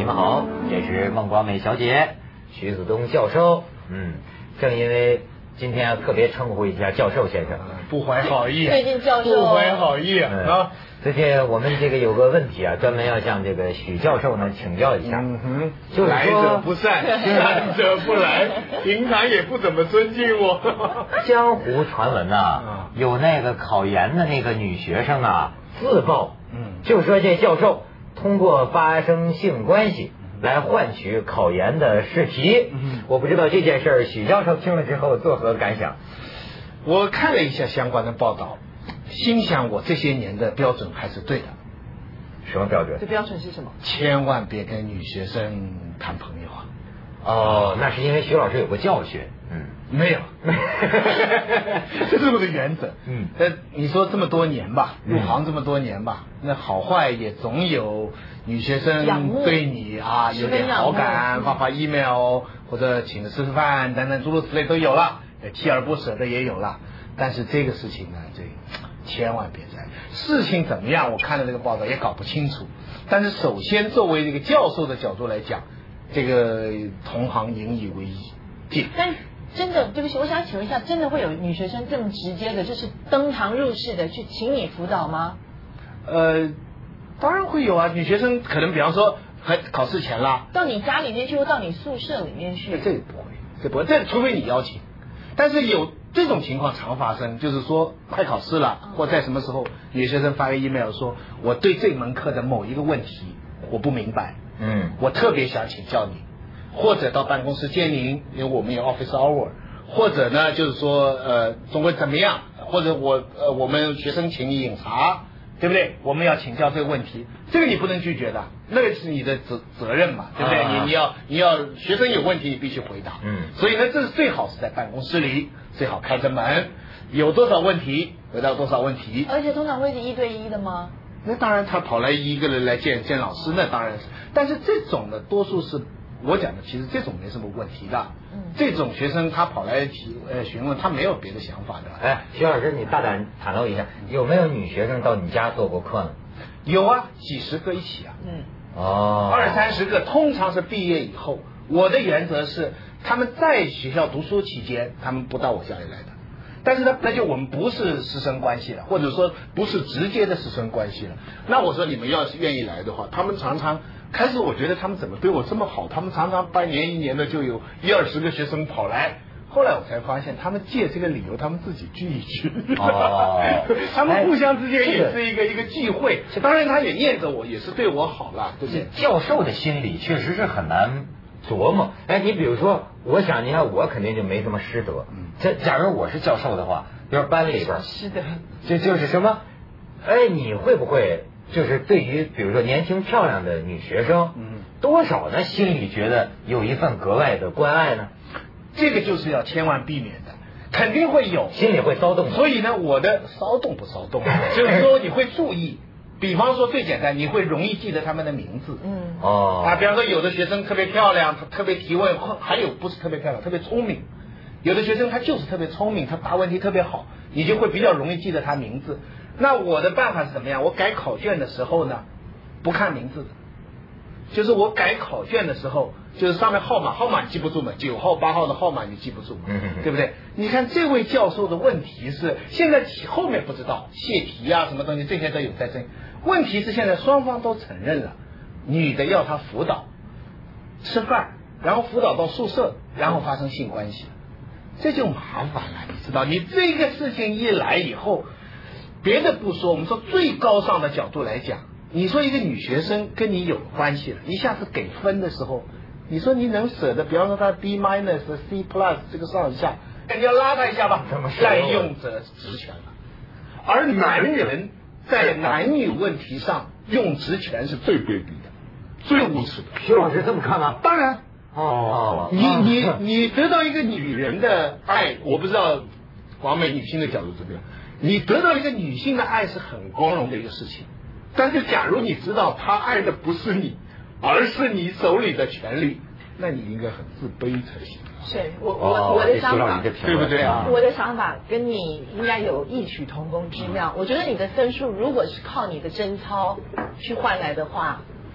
们好，这是孟广美小姐，徐子东教授。正因为今天要特别称呼一下教授先生， 不怀好意， 最近教授不怀好意啊。 最近我们这个有个问题啊，专门要向这个许教授呢请教一下。 就是来者不善，来者不来，平常也不怎么尊敬我。 江湖传闻呐，有那个考研的那个女学生啊自曝，就说这教授通过发生性关系来换取考研的试题。我不知道这件事儿，许教授听了之后作何感想？ 我看了一下相关的报道，心想我这些年的标准还是对的。 什么标准？ 这标准是什么？ 千万别跟女学生谈朋友啊！ 哦，那是因为徐老师有过教训。 没有，这是我的原则。你说这么多年吧，入行这么多年吧，那好坏也总有女学生对你啊有点好感，发 email 或者请着吃饭等等诸如此类都有了，锲而不舍的也有了。但是这个事情呢，这千万别在事情怎么样，我看了这个报道也搞不清楚。但是首先作为这个教授的角度来讲，这个同行引以为戒。 但真的，对不起，我想请问一下，真的会有女学生这么直接的，就是登堂入室的去请你辅导吗？ 当然会有啊，女学生可能比方说还考试前啦， 到你家里面去，或到你宿舍里面去？ 这不会，这不会，这除非你邀请。但是有这种情况常发生，就是说快考试了，或在什么时候，女学生发个 email 说，我对这门课的某一个问题我不明白，我特别想请教你。或者到办公室见您，因为我们有 office hour， 或者呢就是说总归怎么样，或者我们学生请你饮茶，对不对？我们要请教这个问题，这个你不能拒绝的，那个是你的责任嘛，对不对？你要学生有问题你必须回答。所以呢，这是最好是在办公室里，最好开着门，有多少问题回答多少问题。 而且通常会是1对1的吗？ 那当然，他跑来一个人来见老师，那当然是。但是这种的多数是。我讲的其实这种没什么问题的，这种学生他跑来询问，他没有别的想法的。 徐老师，你大胆袒露一下，有没有女学生到你家做过客呢？ 有啊，几十个一起啊。20-30个，通常是毕业以后。我的原则是，他们在学校读书期间，他们不到我家里来的。但是呢，那就我们不是师生关系了，或者说不是直接的师生关系了。那我说你们要是愿意来的话，他们常常。开始我觉得他们怎么对我这么好，他们常常半年1年的就有10-20个学生跑来，后来我才发现他们借这个理由他们自己聚一聚。他们互相之间也是一个忌讳，当然他也念着我，也是对我好了，对不对？ 教授的心理确实是很难琢磨。你比如说，我想你看我肯定就没什么师德，假如我是教授的话，比如班里边师德就是什么，你会不会就是对于比如说年轻漂亮的女学生，多少呢心里觉得有一份格外的关爱呢？ 这个就是要千万避免的，肯定会有， 心里会骚动。 所以呢，我的骚动不骚动，就是说你会注意，比方说最简单，你会容易记得他们的名字。比方说有的学生特别漂亮，他特别提问，还有不是特别漂亮，特别聪明。有的学生他就是特别聪明，他答问题特别好，你就会比较容易记得他名字。那我的办法是怎么样？我改考卷的时候呢，不看名字的，就是我改考卷的时候，就是上面号码你记不住嘛，9号8号的号码你记不住嘛，对不对？你看这位教授的问题是，现在后面不知道泄题啊什么东西，这些都有在争。问题是现在双方都承认了，女的要他辅导吃饭，然后辅导到宿舍，然后发生性关系，这就麻烦了，你知道？你这个事情一来以后。别的不说，我们说最高尚的角度来讲，你说一个女学生跟你有关系了，一下子给分的时候，你说你能舍得？比方说她 B-、C+ 这个上下，你要拉她一下吧，滥用者职权了。而男人在男女问题上用职权是最卑鄙的，最无耻的。 徐老师这么看吗？ 当然。你得到一个女人的爱，我不知道广美女性的角度怎么样。你得到一个女性的爱是很光荣的一个事情，但是假如你知道她爱的不是你，而是你手里的权利，那你应该很自卑才行。 是我的想法， 对不对啊？ 我的想法跟你应该有异曲同工之妙。我觉得你的分数如果是靠你的贞操去换来的话，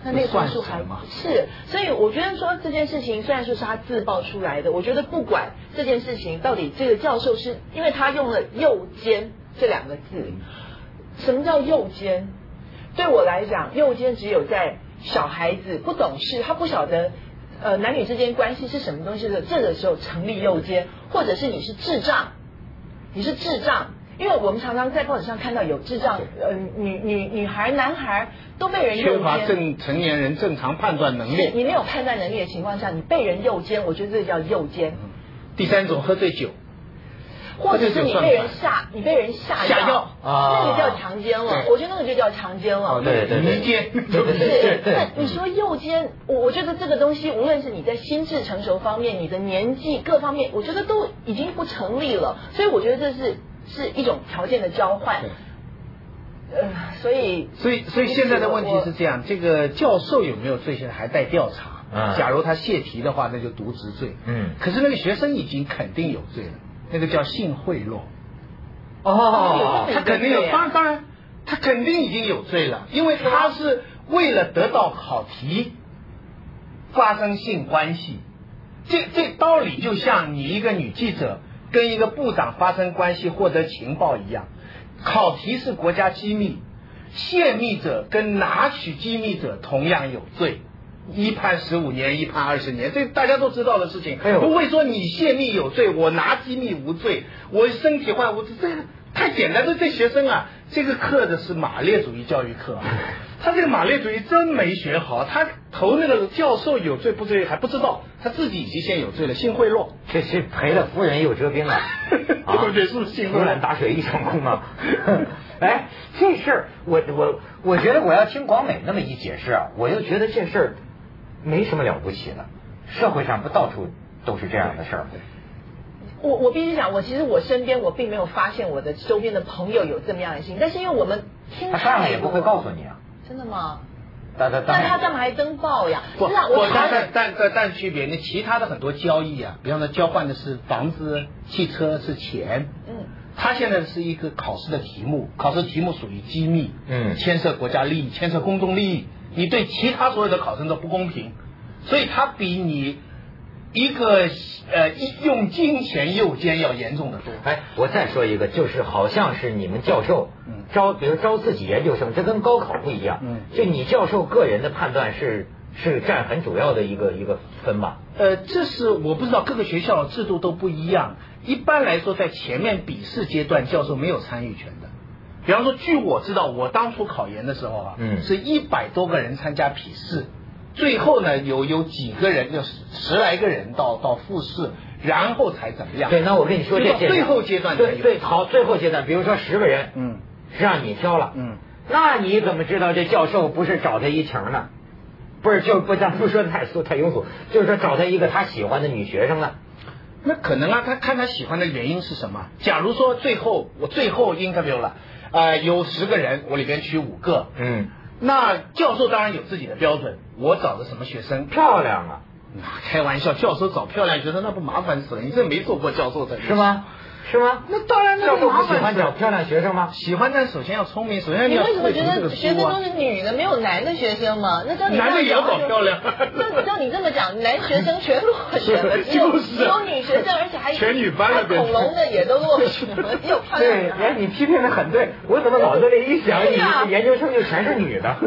那个分数还是，所以我觉得说这件事情虽然说是他自曝出来的，我觉得不管这件事情到底这个教授是因为他用了诱奸这2个字，什么叫诱奸？对我来讲，诱奸只有在小孩子不懂事，他不晓得男女之间关系是什么东西的这个时候成立诱奸，或者是你是智障，因为我们常常在报纸上看到有智障女孩、男孩都被人诱奸， 缺乏成年人正常判断能力， 你没有判断能力的情况下，你被人诱奸，我觉得这叫诱奸。 第3种喝醉酒， 或者是你被人下药那个叫强奸了，我觉得那个就叫强奸了。 对， 迷奸。 那你说诱奸，我觉得这个东西，无论是你在心智成熟方面，你的年纪各方面，我觉得都已经不成立了。所以我觉得这是一种条件的交换。所以现在的问题是这样，这个教授有没有罪现在还待调查。假如他泄题的话，那就渎职罪。可是那个学生已经肯定有罪了，那个叫性贿赂。他肯定有，当然他肯定已经有罪了，因为他是为了得到考题发生性关系。这道理就像你一个女记者跟一个部长发生关系获得情报一样，考题是国家机密，泄密者跟拿取机密者同样有罪，一判15年，一判20年，这大家都知道的事情。不会说你泄密有罪，我拿机密无罪，我身体坏无罪，这个太简单了。这学生啊，这个课的是马列主义教育课，他这个马列主义真没学好，他投那个教授有罪不罪还不知道，他自己已经先有罪了，性贿赂。 这是赔了夫人又折兵啊！ 对不对？是不是性贿赂？ 竹篮打水一场空啊！哎，这事儿我觉得我要听广美那么一解释啊，我就觉得这事儿没什么了不起的，社会上不到处都是这样的事儿。 我必须讲，其实我身边我并没有发现我的周边的朋友有这么样的心，但是因为我们听他当然也不会告诉你啊。 真的吗？ 但他干嘛还登报呀？ 但区别，你其他的很多交易啊，比方说交换的是房子、汽车，是钱。他现在是一个考试的题目，考试题目属于机密，牵涉国家利益，牵涉公众利益，你对其他所有的考生都不公平，所以他比你一个用金钱诱奸要严重的多。 哎，我再说一个，就是好像是你们教授比如招自己研究生，这跟高考不一样。就你教授个人的判断是占很主要的一个分吧？ 这是我不知道，各个学校制度都不一样。一般来说，在前面笔试阶段，教授没有参与权的。比方说，据我知道，我当初考研的时候啊，是100多个人参加笔试，最后呢有几个人，有10来个人到复试，然后才怎么样？ 对，那我跟你说这最后阶段对，好，最后阶段，比如说10个人，让你挑了，那你怎么知道这教授不是找他一情呢？不是，就不咱不说太庸俗，就是说找他一个他喜欢的女学生呢？ 那可能啊，他看他喜欢的原因是什么？假如说我最后 interview 了，有10个人，我里边取5个，那教授当然有自己的标准，我找的什么学生漂亮啊？ 开玩笑，教授找漂亮学生那不麻烦死了？你这没做过教授的是吗？是吗？ 那当然， 教授不喜欢找漂亮学生吗？ 喜欢，但首先要聪明，首先你要为什么觉得学生都是女的，没有男的学生吗？那照你男的也要找漂亮。 照你这么讲，男学生全落选了，只有女学生，而且还全女班了， 恐龙的也都落选了，只有漂亮的。 对，你批评的很对，我怎么脑子里一想，你研究生就全是女的？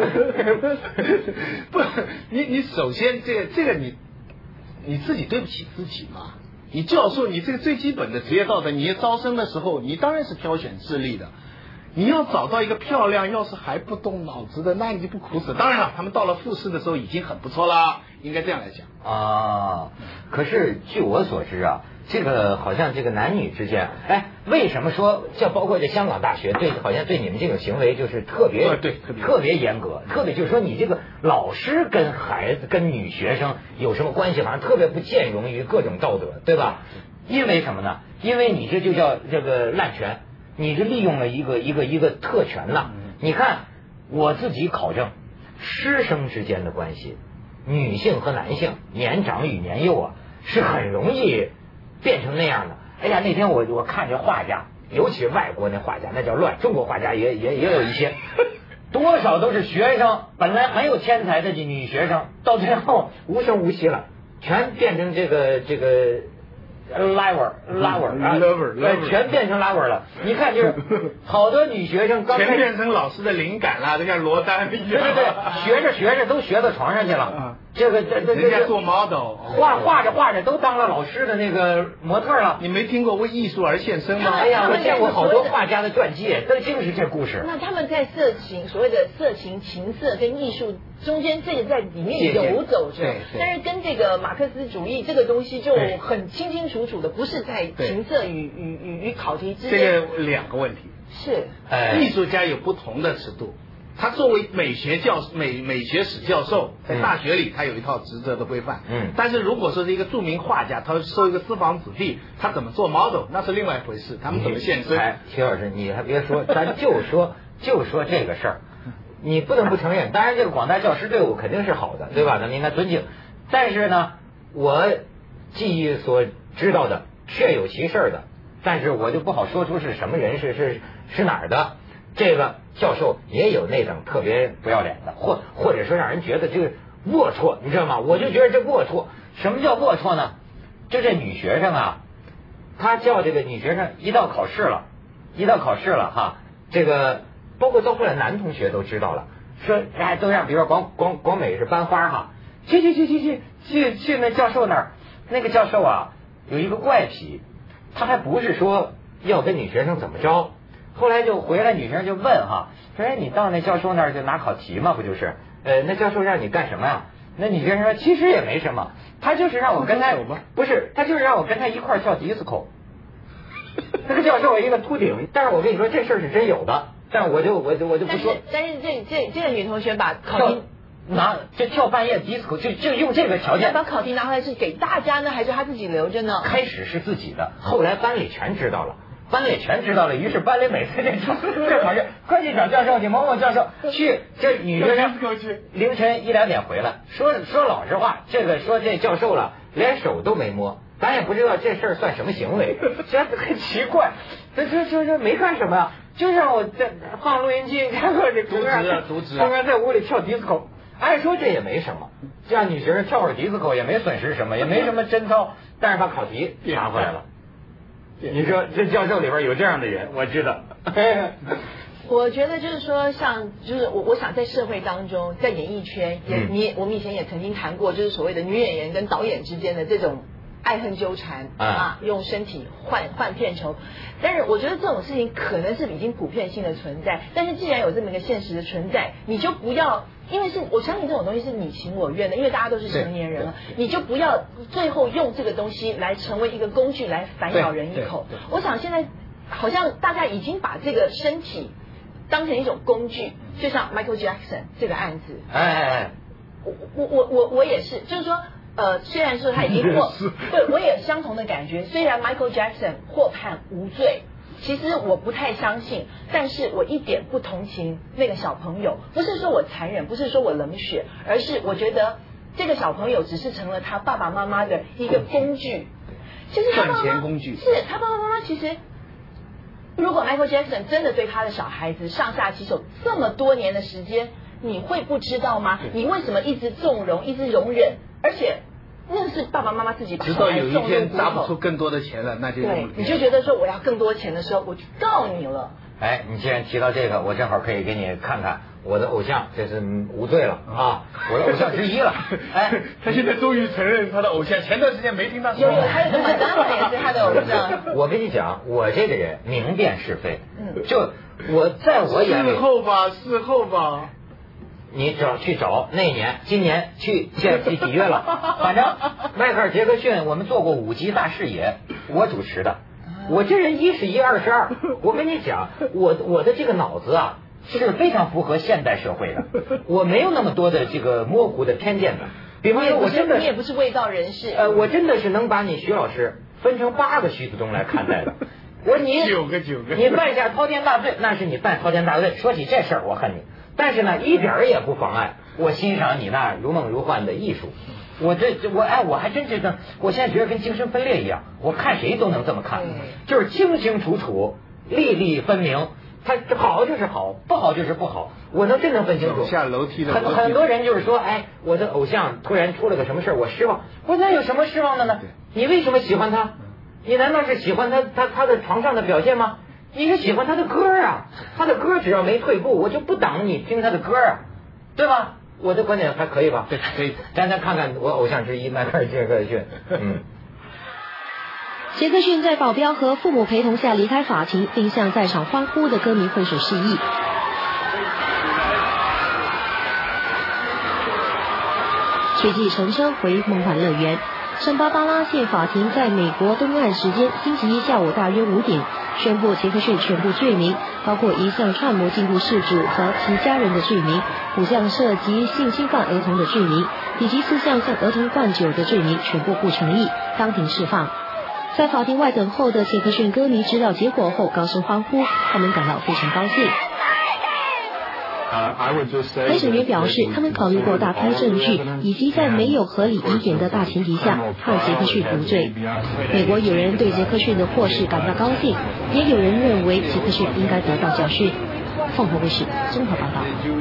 不，你首先这个你自己对不起自己嘛。你教授，你这个最基本的职业道德，你招生的时候，你当然是挑选智力的。你要找到一个漂亮，要是还不动脑子的，那你就不苦死。当然了，他们到了复试的时候已经很不错啦，应该这样来讲啊。可是据我所知啊，这个好像这个男女之间，哎，为什么说像包括这香港大学好像对你们这种行为就是特别严格，特别就是说你这个老师跟孩子跟女学生有什么关系，好像特别不兼容于各种道德，对吧？因为什么呢？因为你这就叫这个滥权，你是利用了一个特权呐。你看我自己考证，师生之间的关系，女性和男性，年长与年幼啊，是很容易变成那样的。哎呀，那天我看着画家，尤其是外国那画家，那叫乱，中国画家也有一些。 多少都是学生，本来很有天才的女学生，到最后无声无息了，全变成这个lover 全变成 lover 了。你看，就是好多女学生刚全变成老师的灵感了，就像罗丹一样。 对，学着都学到床上去了。这人家做 model， 画着都当了老师的那个模特了。 你没听过为艺术而献身吗？ 哎呀，我见过好多画家的传记，都就是这故事。 那他们在所谓的色情、情色跟艺术中间，这个在里面游走着。但是跟这个马克思主义这个东西就很清清楚楚的，不是在情色与考题之间。 这个两个问题是， 艺术家有不同的尺度。他作为美学史教授，在大学里他有一套职责的规范。但是如果说是一个著名画家，他收一个私房子弟，他怎么做 model， 那是另外一回事。他们怎么现身？ 徐老师，你还别说，咱就说这个事儿，你不能不承认。当然，这个广大教师队伍肯定是好的，对吧？咱们应该尊敬。但是呢，我记忆所知道的确有其事的，但是我就不好说出是什么人，是哪儿的。这个教授也有那种特别不要脸的，或者说让人觉得这个龌龊，你知道吗？我就觉得这龌龊。什么叫龌龊呢？就这女学生啊，她叫这个女学生一到考试了哈，这个包括到后来男同学都知道了，说都让，比如说广美是班花哈，去那教授那儿，那个教授啊有一个怪癖，他还不是说要跟女学生怎么着。后来就回来，女生就问哈，说你到那教授那儿就拿考题嘛，不就是？那教授让你干什么呀？那女学生说其实也没什么，他就是让我跟他不是，他就是让我跟他一块儿跳迪斯科。那个教授一个秃顶，但是我跟你说这事儿是真有的，但是我就不说。 但是这个女同学把考题就跳半夜迪斯科，就用这个条件。 把考题拿回来是给大家呢，还是他自己留着呢？ 开始是自己的，后来班里全知道了。于是班里每次这考试，快去找教授，你某某教授去，这女学生凌晨1、2点回来，说老实话，说这教授了，连手都没摸，咱也不知道这事儿算什么行为，这很奇怪，这没干什么呀，就让我在放录音机，然后这渎职， 公然在屋里跳迪斯科，按说这也没什么，这让女学生跳会儿迪斯科也没损失什么，也没什么贞操，但是把考题拿回来了。你说这教授里边有这样的人，我知道。 我觉得就是说，就是我想在社会当中，在演艺圈我们以前也曾经谈过，就是所谓的女演员跟导演之间的这种爱恨纠缠用身体换片酬。但是我觉得这种事情可能是已经普遍性的存在。但是既然有这么一个现实的存在，你就不要。因为我相信这种东西是你情我愿的，因为大家都是成年人了，你就不要最后用这个东西来成为一个工具来反咬人一口。我想现在好像大家已经把这个身体当成一种工具，就像 Michael Jackson 这个案子。我也是，就是说虽然说他已经对我也相同的感觉，虽然 Michael Jackson 获判无罪。其实我不太相信，但是我一点不同情那个小朋友，不是说我残忍，不是说我冷血，而是我觉得这个小朋友只是成了他爸爸妈妈的一个工具，就是他赚钱工具。 是他爸爸妈妈其实，如果 Michael Jackson 真的对他的小孩子上下其手这么多年的时间，你会不知道吗？你为什么一直纵容，一直容忍，而且。那是爸爸妈妈自己把小孩直到有一天砸不出更多的钱了，那就对，你就觉得说我要更多钱的时候，我就告你了。 你既然提到这个，我正好可以给你看看我的偶像，这是无罪了啊，我的偶像之一了。 他现在终于承认他的偶像，前段时间没听他说。 有，还有个麦当娜也是他的偶像。 我跟你讲，我这个人明辨是非，就我在我眼里。 事后吧。 你去找那一年，今年去几月了？反正迈克尔·杰克逊，我们做过5集大视野，我主持的。我这人1是1，2是2。我跟你讲，我的这个脑子啊是非常符合现代社会的，我没有那么多的这个模糊的偏见的。比方说， 你也不是卫道人士。 我真的是能把你徐老师分成8个徐子东来看待的。我说你 9个， 你犯下滔天大罪，那是你犯滔天大罪。说起这事儿，我恨你。但是呢，一点儿也不妨碍我欣赏你那如梦如幻的艺术。我还真觉得，我现在觉得跟精神分裂一样，我看谁都能这么看，就是清清楚楚、粒粒分明， 他好就是好，不好就是不好，我真能分清楚。 下楼梯的很多人就是说，哎，我的偶像突然出了个什么事我失望。我说那有什么失望的呢？你为什么喜欢他？你难道是喜欢他的床上的表现吗？你是喜欢他的歌啊，他的歌只要没退步，我就不挡你听他的歌啊，对吧？我的观点还可以吧？ 对，可以。 咱看看我偶像之一迈克尔·杰克逊。 杰克逊在保镖和父母陪同下离开法庭，并向在场欢呼的歌迷挥手示意。随即乘车回梦幻乐园。圣巴巴拉县法庭在美国东岸时间星期一下午大约5点宣布杰克逊全部罪名，包括1项串谋禁锢事主和其家人的罪名，5项涉及性侵犯儿童的罪名，以及4项向儿童灌酒的罪名全部不成立，当庭释放。在法庭外等候的杰克逊歌迷知道结果后高声欢呼，他们感到非常高兴。陪审员表示，他们考虑过大批证据，以及在没有合理疑点的大前提下判杰克逊无罪。美国有人对杰克逊的获释感到高兴，也有人认为杰克逊应该得到教训。凤凰卫视综合报道。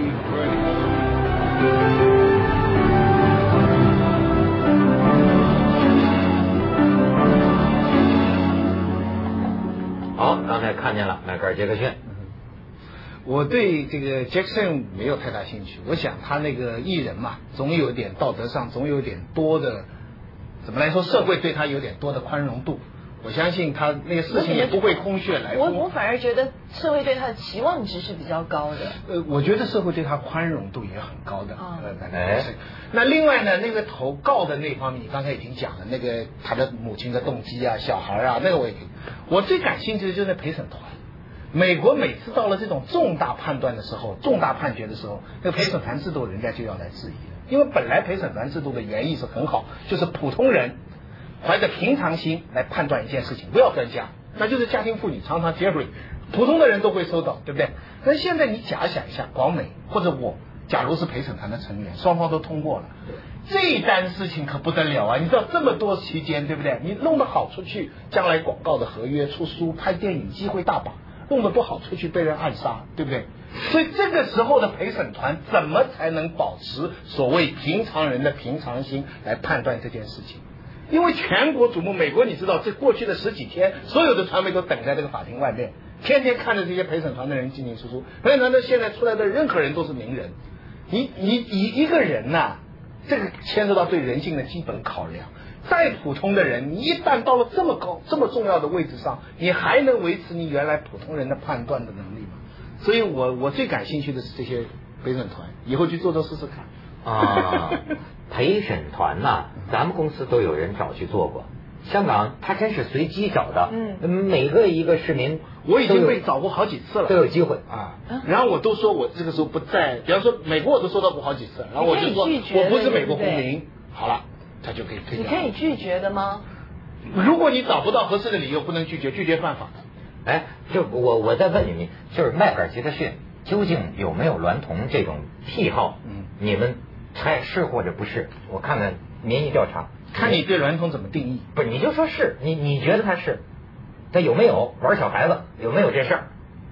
好，刚才看见了迈克尔·杰克逊。 我对这个杰克逊没有太大兴趣，我想他那个艺人嘛，总有点道德上总有点多的，怎么来说，社会对他有点多的宽容度。我相信他那个事情也不会空穴来风。 我反而觉得社会对他的期望值是比较高的。 我觉得社会对他宽容度也很高的。那另外呢，那个投告的那方面，你刚才已经讲了，那个他的母亲的动机啊，小孩啊，那个我最感兴趣的就是那陪审团。美国每次到了这种重大判断的时候，重大判决的时候，那个陪审团制度人家就要来质疑了，因为本来陪审团制度的原意是很好，就是普通人怀着平常心来判断一件事情，不要专家，那就是家庭妇女常常 Jeffrey， 普通的人都会收到，对不对？那现在你假想一下，广美或者我，假如是陪审团的成员，双方都通过了，这单事情可不得了啊！你知道这么多期间，对不对？你弄得好出去，将来广告的合约、出书、拍电影机会大把。弄得不好出去被人暗杀，对不对？所以这个时候的陪审团怎么才能保持所谓平常人的平常心来判断这件事情？因为全国瞩目，美国你知道，这过去的10几天，所有的传媒都等在这个法庭外面，天天看着这些陪审团的人进进出出。陪审团的现在出来的任何人都是名人，你一个人呐，这个牵涉到对人性的基本考量。再普通的人，你一旦到了这么高、这么重要的位置上，你还能维持你原来普通人的判断的能力吗？所以我最感兴趣的是这些陪审团，以后去做试试看。 啊，陪审团呐，咱们公司都有人找去做过。香港他真是随机找的，每一个市民， 我已经被找过好几次了， 都有机会啊。然后我都说我这个时候不在，比方说美国我都收到过好几次，然后我就说我不是美国公民，好了。他就可以退掉。 你可以拒绝的吗？ 如果你找不到合适的理由，不能拒绝，拒绝犯法。 哎，就我再问你们，就是迈克尔·杰克逊究竟有没有娈童这种癖好？你们猜是或者不是？我看看民意调查， 看你对娈童怎么定义。 不是，你就说是，你觉得他是？他有没有玩小孩子？有没有这事儿？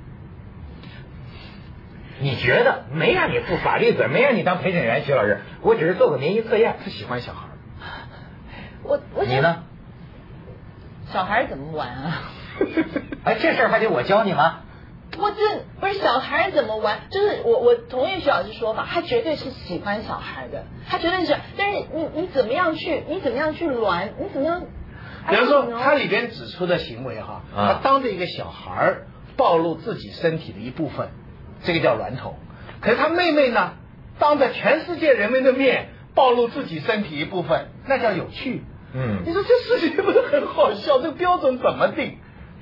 你觉得没让你负法律责任，没让你当陪审员，徐老师，我只是做个民意测验。 他喜欢小孩。 你呢？ 小孩怎么玩啊？ 哎，这事儿还得我教你吗？ 不是小孩怎么玩，就是我同意徐老师说法，他绝对是喜欢小孩的，他绝对是。但是你怎么样去玩？你怎么样？ 比方说，他里边指出的行为哈，他当着一个小孩暴露自己身体的一部分，这个叫娈童。可是他妹妹呢，当着全世界人民的面暴露自己身体一部分，那叫有趣。你说这事情不是很好笑？这个标准怎么定？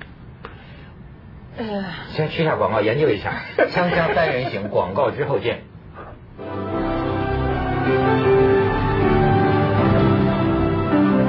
先去下广告研究一下，锵锵3人行，广告之后见。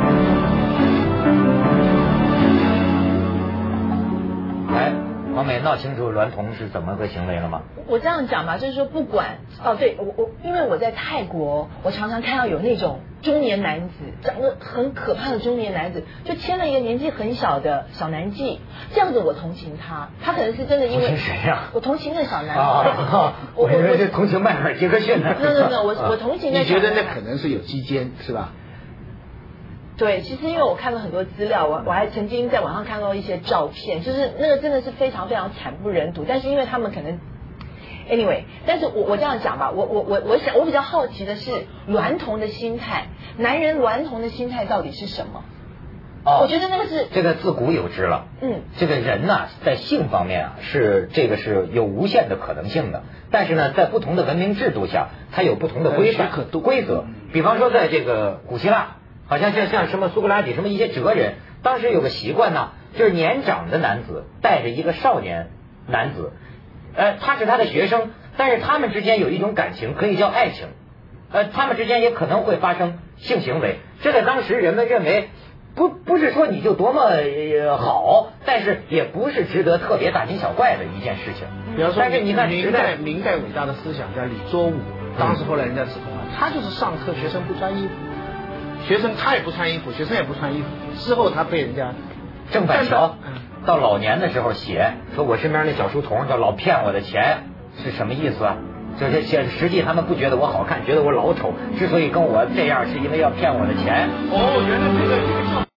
来，王美闹闹清楚娈童是怎么个行为了吗？ 我这样讲吧，就是说不管对我因为我在泰国，我常常看到有那种中年男子，长得很可怕的中年男子，就牵了一个年纪很小的小男妓，这样子我同情他可能是真的因为谁呀？ 我同情那小男孩。我以为是同情迈克尔·杰克逊呢。 那我同情那。 你觉得那可能是有基奸是吧？ 对，其实因为我看了很多资料，我还曾经在网上看到一些照片，就是那个真的是非常非常惨不忍睹。但是因为他们可能 ，anyway， 但是我这样讲吧，我想我比较好奇的是娈童的心态，男人娈童的心态到底是什么？我觉得那个是这个自古有之了。这个人呢，在性方面啊，是有无限的可能性的。但是呢，在不同的文明制度下，它有不同的规则。比方说，在这个古希腊。好像像什么苏格拉底什么一些哲人，当时有个习惯呢，就是年长的男子带着一个少年男子，他是他的学生，但是他们之间有一种感情，可以叫爱情，他们之间也可能会发生性行为。这在当时人们认为不是说你就多么好，但是也不是值得特别大惊小怪的一件事情。 比方说， 但是你看明代伟大的思想家李卓武，当时后来人家指控他就是上课学生不穿衣服。学生他也不穿衣服，学生也不穿衣服，之后他被人家郑板桥到老年的时候写说，我身边那小书童叫老骗我的钱，是什么意思啊？就是实际他们不觉得我好看，觉得我老丑，之所以跟我这样，是因为要骗我的钱。 原来这个